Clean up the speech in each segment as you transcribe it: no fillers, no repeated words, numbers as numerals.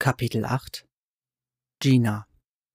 Kapitel 8 Gina.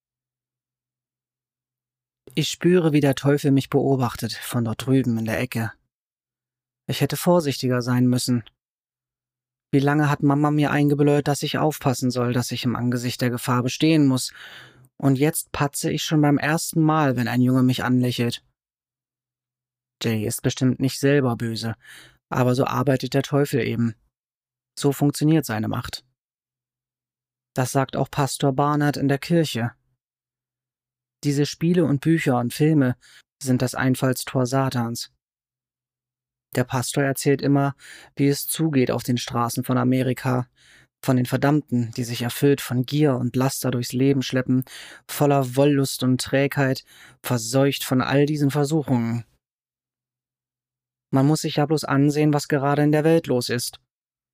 Ich spüre, wie der Teufel mich beobachtet, von dort drüben in der Ecke. Ich hätte vorsichtiger sein müssen. Wie lange hat Mama mir eingebläut, dass ich aufpassen soll, dass ich im Angesicht der Gefahr bestehen muss, und jetzt patze ich schon beim ersten Mal, wenn ein Junge mich anlächelt. Jay ist bestimmt nicht selber böse, aber so arbeitet der Teufel eben. So funktioniert seine Macht. Das sagt auch Pastor Barnard in der Kirche. Diese Spiele und Bücher und Filme sind das Einfallstor Satans. Der Pastor erzählt immer, wie es zugeht auf den Straßen von Amerika, von den Verdammten, die sich erfüllt von Gier und Laster durchs Leben schleppen, voller Wollust und Trägheit, verseucht von all diesen Versuchungen. Man muss sich ja bloß ansehen, was gerade in der Welt los ist.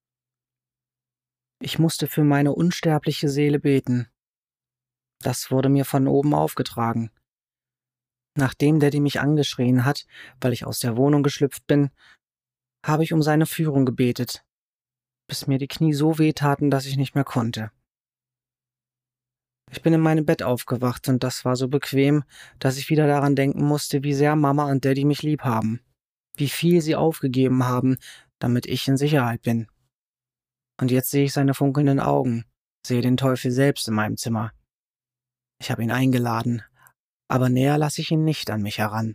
Ich musste für meine unsterbliche Seele beten. Das wurde mir von oben aufgetragen. Nachdem Daddy mich angeschrien hat, weil ich aus der Wohnung geschlüpft bin, habe ich um seine Führung gebetet, bis mir die Knie so wehtaten, dass ich nicht mehr konnte. Ich bin in meinem Bett aufgewacht und das war so bequem, dass ich wieder daran denken musste, wie sehr Mama und Daddy mich lieb haben, wie viel sie aufgegeben haben, damit ich in Sicherheit bin. Und jetzt sehe ich seine funkelnden Augen, sehe den Teufel selbst in meinem Zimmer. Ich habe ihn eingeladen, aber näher lasse ich ihn nicht an mich heran.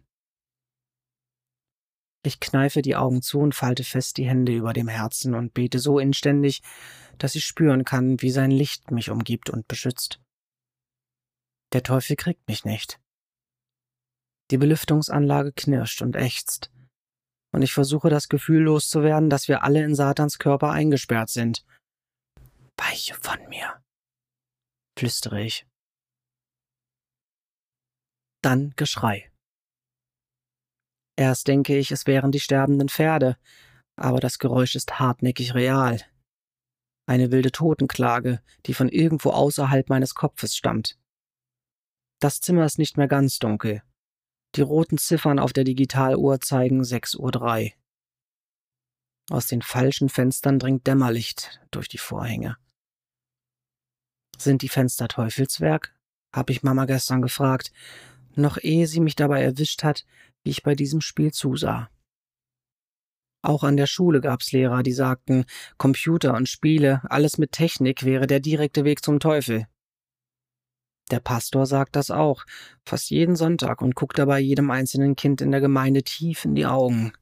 Ich kneife die Augen zu und falte fest die Hände über dem Herzen und bete so inständig, dass ich spüren kann, wie sein Licht mich umgibt und beschützt. Der Teufel kriegt mich nicht. Die Belüftungsanlage knirscht und ächzt, und ich versuche das Gefühl loszuwerden, dass wir alle in Satans Körper eingesperrt sind. »Weiche von mir«, flüstere ich. Dann Geschrei. Erst denke ich, es wären die sterbenden Pferde, aber das Geräusch ist hartnäckig real. Eine wilde Totenklage, die von irgendwo außerhalb meines Kopfes stammt. Das Zimmer ist nicht mehr ganz dunkel. Die roten Ziffern auf der Digitaluhr zeigen 6:03 Uhr. Aus den falschen Fenstern dringt Dämmerlicht durch die Vorhänge. Sind die Fenster Teufelswerk? Habe ich Mama gestern gefragt, noch ehe sie mich dabei erwischt hat, wie ich bei diesem Spiel zusah. Auch an der Schule gab's Lehrer, die sagten, Computer und Spiele, alles mit Technik wäre der direkte Weg zum Teufel. Der Pastor sagt das auch, fast jeden Sonntag, und guckt dabei jedem einzelnen Kind in der Gemeinde tief in die Augen.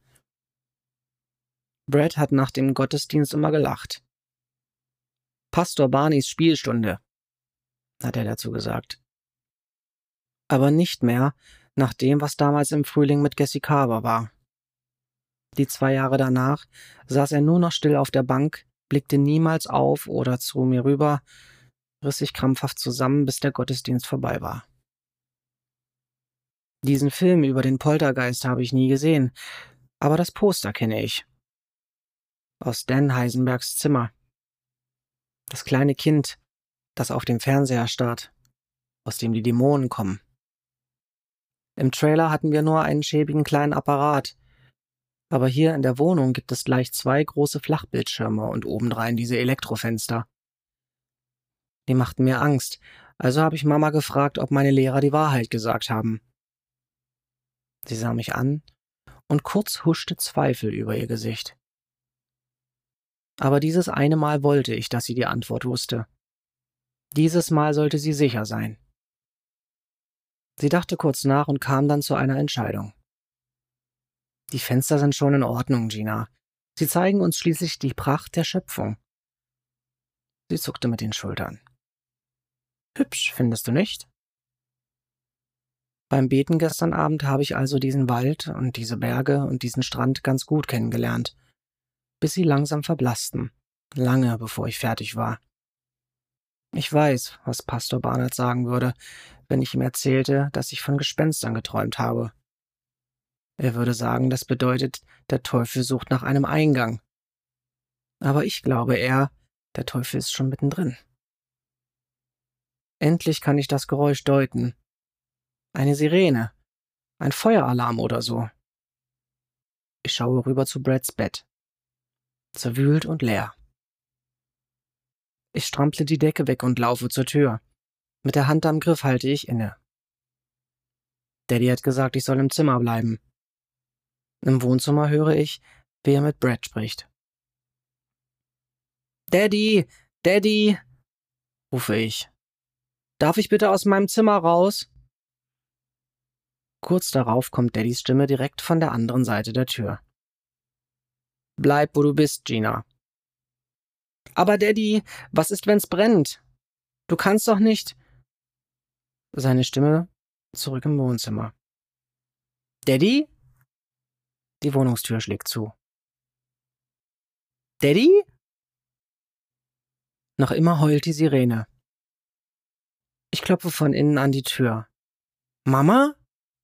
Brad hat nach dem Gottesdienst immer gelacht. »Pastor Barneys Spielstunde«, hat er dazu gesagt. Aber nicht mehr nach dem, was damals im Frühling mit Gessi Carver war. Die 2 Jahre danach saß er nur noch still auf der Bank, blickte niemals auf oder zu mir rüber, riss sich krampfhaft zusammen, bis der Gottesdienst vorbei war. Diesen Film über den Poltergeist habe ich nie gesehen, aber das Poster kenne ich. Aus Dan Heisenbergs Zimmer. Das kleine Kind, das auf dem Fernseher starrt, aus dem die Dämonen kommen. Im Trailer hatten wir nur einen schäbigen kleinen Apparat, aber hier in der Wohnung gibt es gleich 2 große Flachbildschirme und obendrein diese Elektrofenster. Die machten mir Angst, also habe ich Mama gefragt, ob meine Lehrer die Wahrheit gesagt haben. Sie sah mich an, und kurz huschte Zweifel über ihr Gesicht. Aber dieses eine Mal wollte ich, dass sie die Antwort wusste. Dieses Mal sollte sie sicher sein. Sie dachte kurz nach und kam dann zu einer Entscheidung. Die Fenster sind schon in Ordnung, Gina. Sie zeigen uns schließlich die Pracht der Schöpfung. Sie zuckte mit den Schultern. Hübsch, findest du nicht? Beim Beten gestern Abend habe ich also diesen Wald und diese Berge und diesen Strand ganz gut kennengelernt, bis sie langsam verblassten, lange bevor ich fertig war. Ich weiß, was Pastor Barnard sagen würde, wenn ich ihm erzählte, dass ich von Gespenstern geträumt habe. Er würde sagen, das bedeutet, der Teufel sucht nach einem Eingang. Aber ich glaube eher, der Teufel ist schon mittendrin. Endlich kann ich das Geräusch deuten. Eine Sirene, ein Feueralarm oder so. Ich schaue rüber zu Brads Bett. Zerwühlt und leer. Ich strample die Decke weg und laufe zur Tür. Mit der Hand am Griff halte ich inne. Daddy hat gesagt, ich soll im Zimmer bleiben. Im Wohnzimmer höre ich, wie er mit Brad spricht. »Daddy! Daddy!« rufe ich. »Darf ich bitte aus meinem Zimmer raus?« Kurz darauf kommt Daddys Stimme direkt von der anderen Seite der Tür. »Bleib, wo du bist, Gina.« »Aber Daddy, was ist, wenn's brennt? Du kannst doch nicht...« Seine Stimme zurück im Wohnzimmer. »Daddy?« Die Wohnungstür schlägt zu. »Daddy?« Noch immer heult die Sirene. Ich klopfe von innen an die Tür. »Mama?«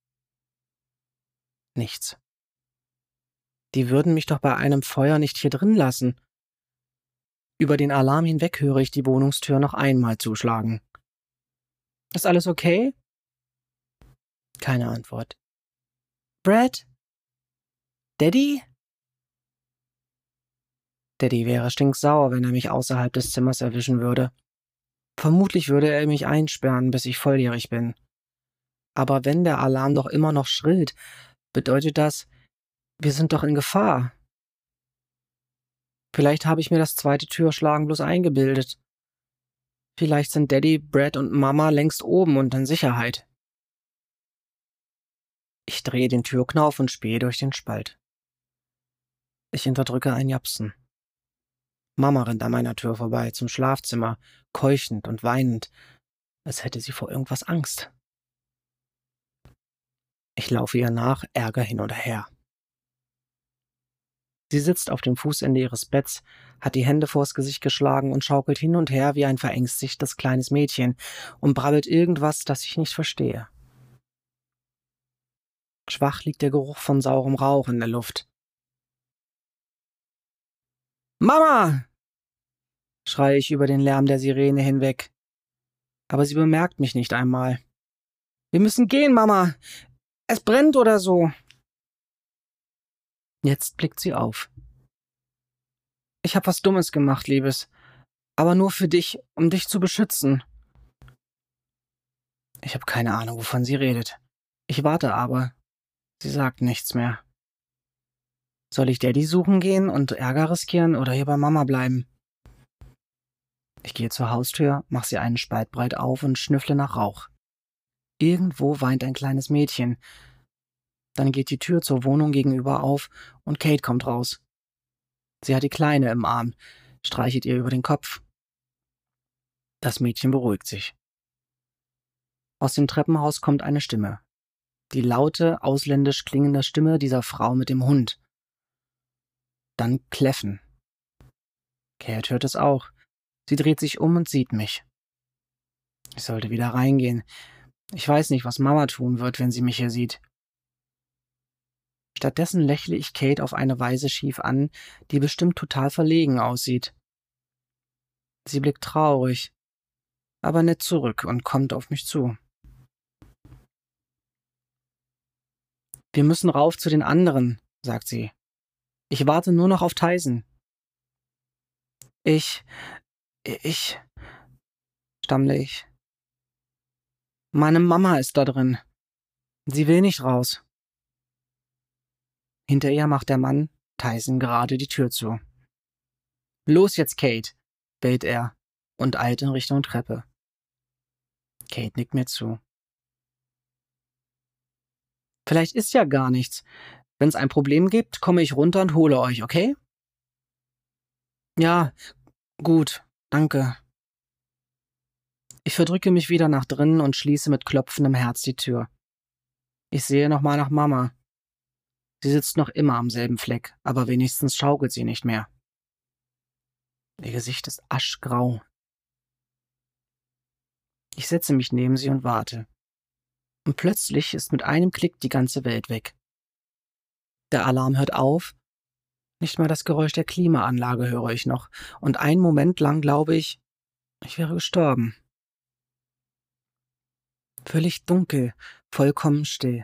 Nichts. Die würden mich doch bei einem Feuer nicht hier drin lassen. Über den Alarm hinweg höre ich die Wohnungstür noch einmal zuschlagen. »Ist alles okay?« Keine Antwort. »Brad? Daddy?« Daddy wäre stinksauer, wenn er mich außerhalb des Zimmers erwischen würde. Vermutlich würde er mich einsperren, bis ich volljährig bin. Aber wenn der Alarm doch immer noch schrillt, bedeutet das, wir sind doch in Gefahr. Vielleicht habe ich mir das zweite Türschlagen bloß eingebildet. Vielleicht sind Daddy, Brad und Mama längst oben und in Sicherheit. Ich drehe den Türknauf und spähe durch den Spalt. Ich unterdrücke ein Japsen. Mama rennt an meiner Tür vorbei zum Schlafzimmer, keuchend und weinend, als hätte sie vor irgendwas Angst. Ich laufe ihr nach, Ärger hin oder her. Sie sitzt auf dem Fußende ihres Betts, hat die Hände vors Gesicht geschlagen und schaukelt hin und her wie ein verängstigtes kleines Mädchen und brabbelt irgendwas, das ich nicht verstehe. Schwach liegt der Geruch von saurem Rauch in der Luft. »Mama!« schreie ich über den Lärm der Sirene hinweg. Aber sie bemerkt mich nicht einmal. »Wir müssen gehen, Mama! Es brennt oder so!« Jetzt blickt sie auf. »Ich habe was Dummes gemacht, Liebes. Aber nur für dich, um dich zu beschützen.« Ich habe keine Ahnung, wovon sie redet. Ich warte aber. Sie sagt nichts mehr. Soll ich Daddy suchen gehen und Ärger riskieren oder hier bei Mama bleiben? Ich gehe zur Haustür, mache sie einen Spalt breit auf und schnüffle nach Rauch. Irgendwo weint ein kleines Mädchen. Dann geht die Tür zur Wohnung gegenüber auf und Kate kommt raus. Sie hat die Kleine im Arm, streichelt ihr über den Kopf. Das Mädchen beruhigt sich. Aus dem Treppenhaus kommt eine Stimme. Die laute, ausländisch klingende Stimme dieser Frau mit dem Hund. Dann Kläffen. Kate hört es auch. Sie dreht sich um und sieht mich. Ich sollte wieder reingehen. Ich weiß nicht, was Mama tun wird, wenn sie mich hier sieht. Stattdessen lächle ich Kate auf eine Weise schief an, die bestimmt total verlegen aussieht. Sie blickt traurig, aber nett zurück und kommt auf mich zu. »Wir müssen rauf zu den anderen«, sagt sie. »Ich warte nur noch auf Tyson.« Ich, stammle ich. »Meine Mama ist da drin. Sie will nicht raus.« Hinter ihr macht der Mann, Tyson, gerade die Tür zu. »Los jetzt, Kate«, bellt er und eilt in Richtung Treppe. Kate nickt mir zu. »Vielleicht ist ja gar nichts. Wenn es ein Problem gibt, komme ich runter und hole euch, okay?« »Ja, gut, danke.« Ich verdrücke mich wieder nach drinnen und schließe mit klopfendem Herz die Tür. Ich sehe nochmal nach Mama. Sie sitzt noch immer am selben Fleck, aber wenigstens schaukelt sie nicht mehr. Ihr Gesicht ist aschgrau. Ich setze mich neben sie und warte. Und plötzlich ist mit einem Klick die ganze Welt weg. Der Alarm hört auf. Nicht mal das Geräusch der Klimaanlage höre ich noch. Und einen Moment lang glaube ich, ich wäre gestorben. Völlig dunkel, vollkommen still.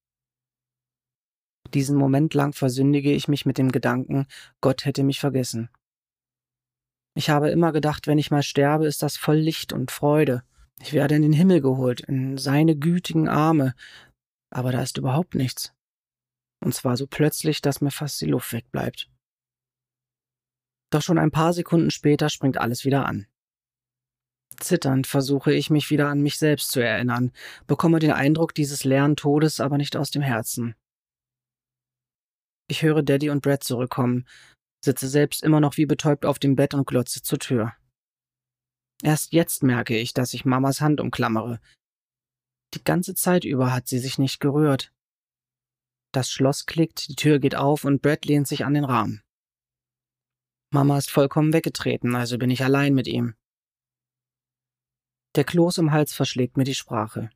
Diesen Moment lang versündige ich mich mit dem Gedanken, Gott hätte mich vergessen. Ich habe immer gedacht, wenn ich mal sterbe, ist das voll Licht und Freude. Ich werde in den Himmel geholt, in seine gütigen Arme. Aber da ist überhaupt nichts. Und zwar so plötzlich, dass mir fast die Luft wegbleibt. Doch schon ein paar Sekunden später springt alles wieder an. Zitternd versuche ich, mich wieder an mich selbst zu erinnern, bekomme den Eindruck dieses leeren Todes aber nicht aus dem Herzen. Ich höre Daddy und Brad zurückkommen, sitze selbst immer noch wie betäubt auf dem Bett und glotze zur Tür. Erst jetzt merke ich, dass ich Mamas Hand umklammere. Die ganze Zeit über hat sie sich nicht gerührt. Das Schloss klickt, die Tür geht auf und Brad lehnt sich an den Rahmen. Mama ist vollkommen weggetreten, also bin ich allein mit ihm. Der Kloß im Hals verschlägt mir die Sprache.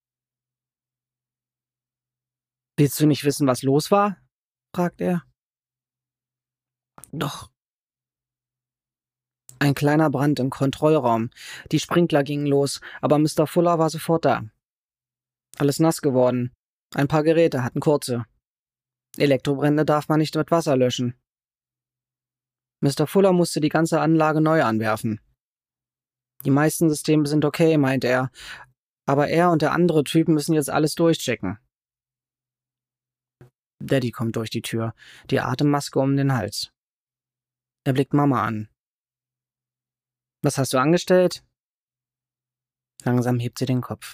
»Willst du nicht wissen, was los war?« fragt er. »Doch.« Ein kleiner Brand im Kontrollraum. Die Sprinkler gingen los, aber Mr. Fuller war sofort da. Alles nass geworden. Ein paar Geräte hatten kurze. Elektrobrände darf man nicht mit Wasser löschen. Mr. Fuller musste die ganze Anlage neu anwerfen. Die meisten Systeme sind okay, meint er, aber er und der andere Typ müssen jetzt alles durchchecken. Daddy kommt durch die Tür, die Atemmaske um den Hals. Er blickt Mama an. »Was hast du angestellt?« Langsam hebt sie den Kopf.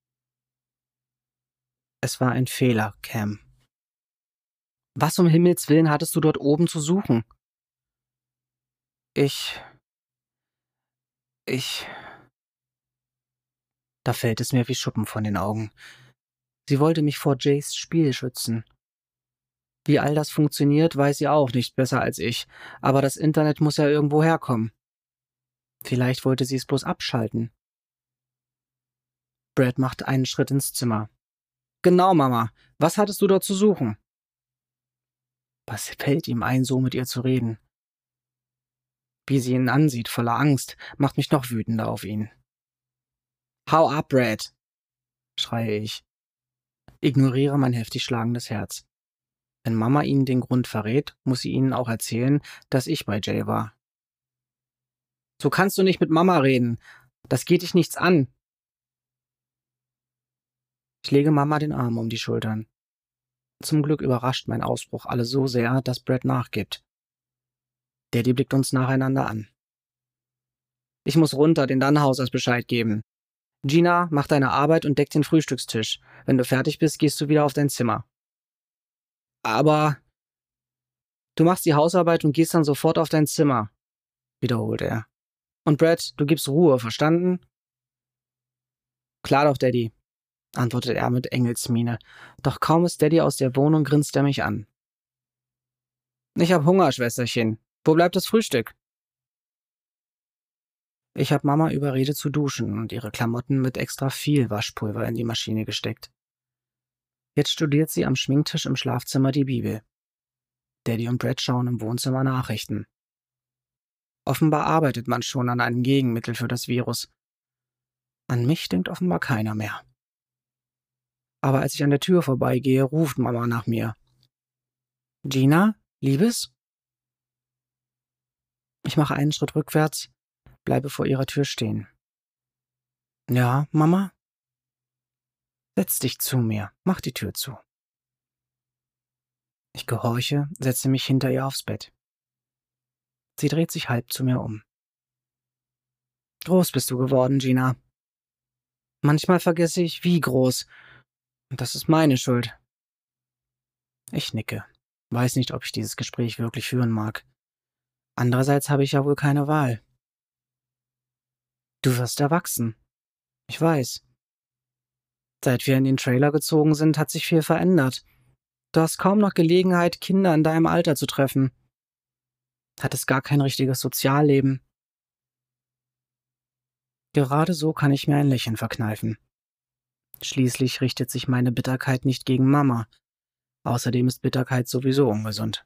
»Es war ein Fehler, Cam.« »Was um Himmels Willen hattest du dort oben zu suchen?« Ich. Da fällt es mir wie Schuppen von den Augen. Sie wollte mich vor Jays Spiel schützen. Wie all das funktioniert, weiß sie auch nicht besser als ich, aber das Internet muss ja irgendwo herkommen. Vielleicht wollte sie es bloß abschalten. Brad macht einen Schritt ins Zimmer. »Genau, Mama. Was hattest du dort zu suchen?« Was fällt ihm ein, so mit ihr zu reden? Wie sie ihn ansieht, voller Angst, macht mich noch wütender auf ihn. »Hau ab, Brad«, schreie ich. Ignoriere mein heftig schlagendes Herz. Wenn Mama ihnen den Grund verrät, muss sie ihnen auch erzählen, dass ich bei Jay war. »So kannst du nicht mit Mama reden. Das geht dich nichts an.« Ich lege Mama den Arm um die Schultern. Zum Glück überrascht mein Ausbruch alle so sehr, dass Brad nachgibt. Daddy blickt uns nacheinander an. »Ich muss runter, den Dannhausers Bescheid geben. Gina, mach deine Arbeit und deck den Frühstückstisch. Wenn du fertig bist, gehst du wieder auf dein Zimmer.« »Aber...« »Du machst die Hausarbeit und gehst dann sofort auf dein Zimmer«, wiederholt er. »Und Brad, du gibst Ruhe, verstanden?« »Klar doch, Daddy«, antwortet er mit Engelsmiene. Doch kaum ist Daddy aus der Wohnung, grinst er mich an. »Ich hab Hunger, Schwesterchen. Wo bleibt das Frühstück?« Ich habe Mama überredet zu duschen und ihre Klamotten mit extra viel Waschpulver in die Maschine gesteckt. Jetzt studiert sie am Schminktisch im Schlafzimmer die Bibel. Daddy und Brad schauen im Wohnzimmer Nachrichten. Offenbar arbeitet man schon an einem Gegenmittel für das Virus. An mich denkt offenbar keiner mehr. Aber als ich an der Tür vorbeigehe, ruft Mama nach mir. »Gina, Liebes?« Ich mache einen Schritt rückwärts, bleibe vor ihrer Tür stehen. »Ja, Mama?« »Setz dich zu mir, mach die Tür zu.« Ich gehorche, setze mich hinter ihr aufs Bett. Sie dreht sich halb zu mir um. »Groß bist du geworden, Gina. Manchmal vergesse ich, wie groß. Und das ist meine Schuld.« Ich nicke, weiß nicht, ob ich dieses Gespräch wirklich führen mag. Andererseits habe ich ja wohl keine Wahl. »Du wirst erwachsen. Ich weiß. Seit wir in den Trailer gezogen sind, hat sich viel verändert. Du hast kaum noch Gelegenheit, Kinder in deinem Alter zu treffen. Hattest gar kein richtiges Sozialleben. Gerade so kann ich mir ein Lächeln verkneifen. Schließlich richtet sich meine Bitterkeit nicht gegen Mama. Außerdem ist Bitterkeit sowieso ungesund.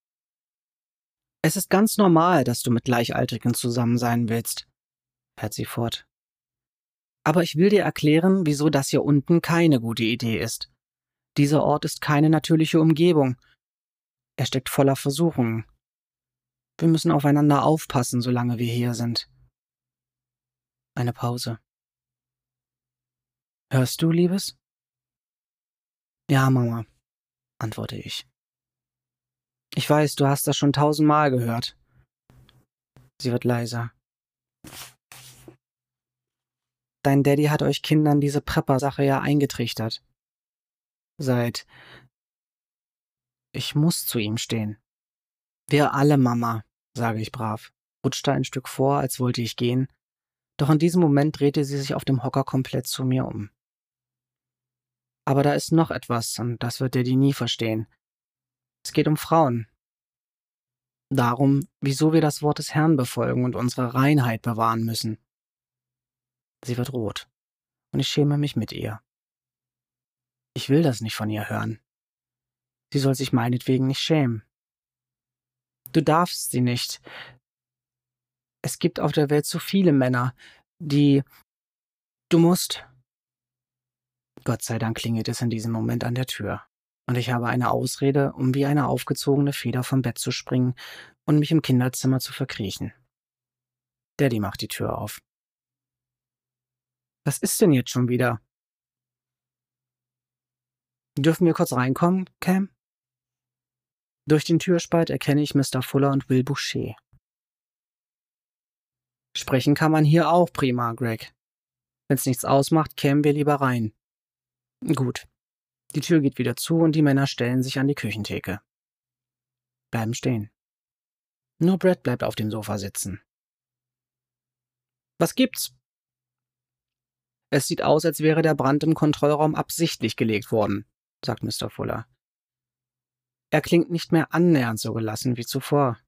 Es ist ganz normal, dass du mit Gleichaltrigen zusammen sein willst, fährt sie fort. Aber ich will dir erklären, wieso das hier unten keine gute Idee ist. Dieser Ort ist keine natürliche Umgebung. Er steckt voller Versuchungen. Wir müssen aufeinander aufpassen, solange wir hier sind. Eine Pause. Hörst du, Liebes? Ja, Mama, antworte ich. Ich weiß, du hast das schon 1000-mal gehört. Sie wird leiser. Dein Daddy hat euch Kindern diese Prepper-Sache ja eingetrichtert. Ich muss zu ihm stehen. Wir alle, Mama, sage ich brav, rutschte ein Stück vor, als wollte ich gehen, doch in diesem Moment drehte sie sich auf dem Hocker komplett zu mir um. Aber da ist noch etwas, und das wird Daddy nie verstehen. Es geht um Frauen. Darum, wieso wir das Wort des Herrn befolgen und unsere Reinheit bewahren müssen. Sie wird rot, und ich schäme mich mit ihr. Ich will das nicht von ihr hören. Sie soll sich meinetwegen nicht schämen. Du darfst sie nicht. Es gibt auf der Welt so viele Männer, die... Du musst... Gott sei Dank klingelt es in diesem Moment an der Tür. Und ich habe eine Ausrede, um wie eine aufgezogene Feder vom Bett zu springen und mich im Kinderzimmer zu verkriechen. Daddy macht die Tür auf. Was ist denn jetzt schon wieder? Dürfen wir kurz reinkommen, Cam? Durch den Türspalt erkenne ich Mr. Fuller und Will Boucher. Sprechen kann man hier auch prima, Greg. Wenn's nichts ausmacht, kämen wir lieber rein. Gut. Die Tür geht wieder zu und die Männer stellen sich an die Küchentheke. Bleiben stehen. Nur Brad bleibt auf dem Sofa sitzen. Was gibt's? Es sieht aus, als wäre der Brand im Kontrollraum absichtlich gelegt worden, sagt Mr. Fuller. Er klingt nicht mehr annähernd so gelassen wie zuvor.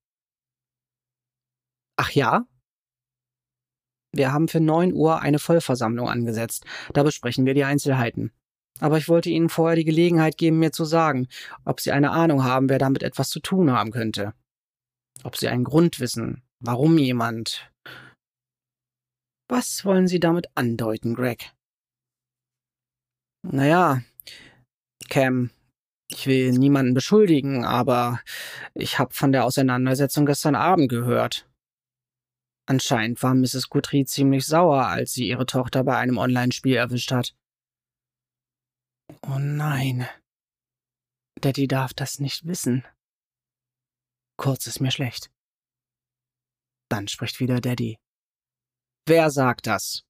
Ach ja? Wir haben für 9 Uhr eine Vollversammlung angesetzt. Da besprechen wir die Einzelheiten. Aber ich wollte Ihnen vorher die Gelegenheit geben, mir zu sagen, ob Sie eine Ahnung haben, wer damit etwas zu tun haben könnte. Ob Sie einen Grund wissen, warum jemand... Was wollen Sie damit andeuten, Greg? Naja, Cam, ich will niemanden beschuldigen, aber ich habe von der Auseinandersetzung gestern Abend gehört. Anscheinend war Mrs. Guthrie ziemlich sauer, als sie ihre Tochter bei einem Online-Spiel erwischt hat. Oh nein. Daddy darf das nicht wissen. Kurz ist mir schlecht. Dann spricht wieder Daddy. Wer sagt das?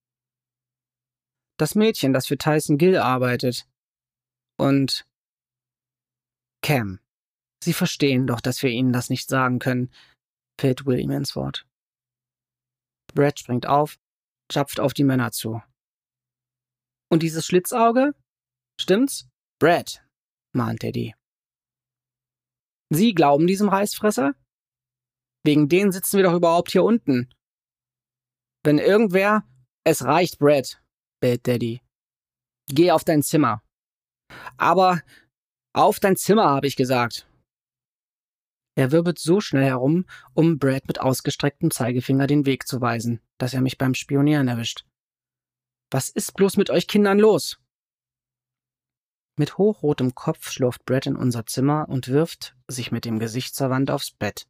Das Mädchen, das für Tyson Gill arbeitet. Und Cam, Sie verstehen doch, dass wir Ihnen das nicht sagen können, fällt Will ihm ins Wort. Brad springt auf, schapft auf die Männer zu. Und dieses Schlitzauge? Stimmt's? Brad, mahnt Daddy. Sie glauben diesem Reißfresser? Wegen denen sitzen wir doch überhaupt hier unten. Wenn irgendwer... Es reicht, Brad, bellt Daddy. Geh auf dein Zimmer. Aber auf dein Zimmer, habe ich gesagt. Er wirbelt so schnell herum, um Brad mit ausgestrecktem Zeigefinger den Weg zu weisen, dass er mich beim Spionieren erwischt. Was ist bloß mit euch Kindern los? Mit hochrotem Kopf schlurft Brad in unser Zimmer und wirft sich mit dem Gesicht zur Wand aufs Bett.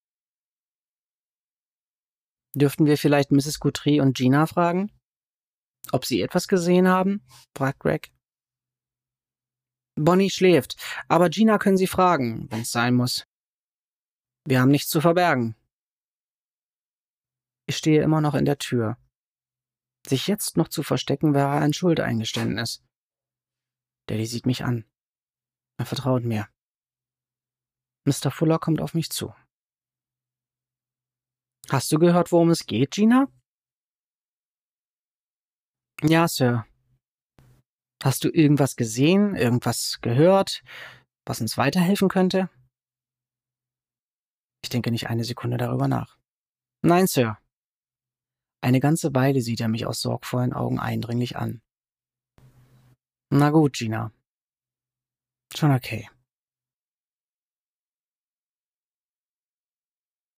Dürften wir vielleicht Mrs. Guthrie und Gina fragen? Ob sie etwas gesehen haben? Fragt Greg. Bonnie schläft, aber Gina können Sie fragen, wenn's sein muss. Wir haben nichts zu verbergen. Ich stehe immer noch in der Tür. Sich jetzt noch zu verstecken, wäre ein Schuldeingeständnis. Daddy sieht mich an. Er vertraut mir. Mr. Fuller kommt auf mich zu. Hast du gehört, worum es geht, Gina? Ja, Sir. Hast du irgendwas gesehen, irgendwas gehört, was uns weiterhelfen könnte? Ich denke nicht eine Sekunde darüber nach. Nein, Sir. Eine ganze Weile sieht er mich aus sorgvollen Augen eindringlich an. Na gut, Gina. Schon okay.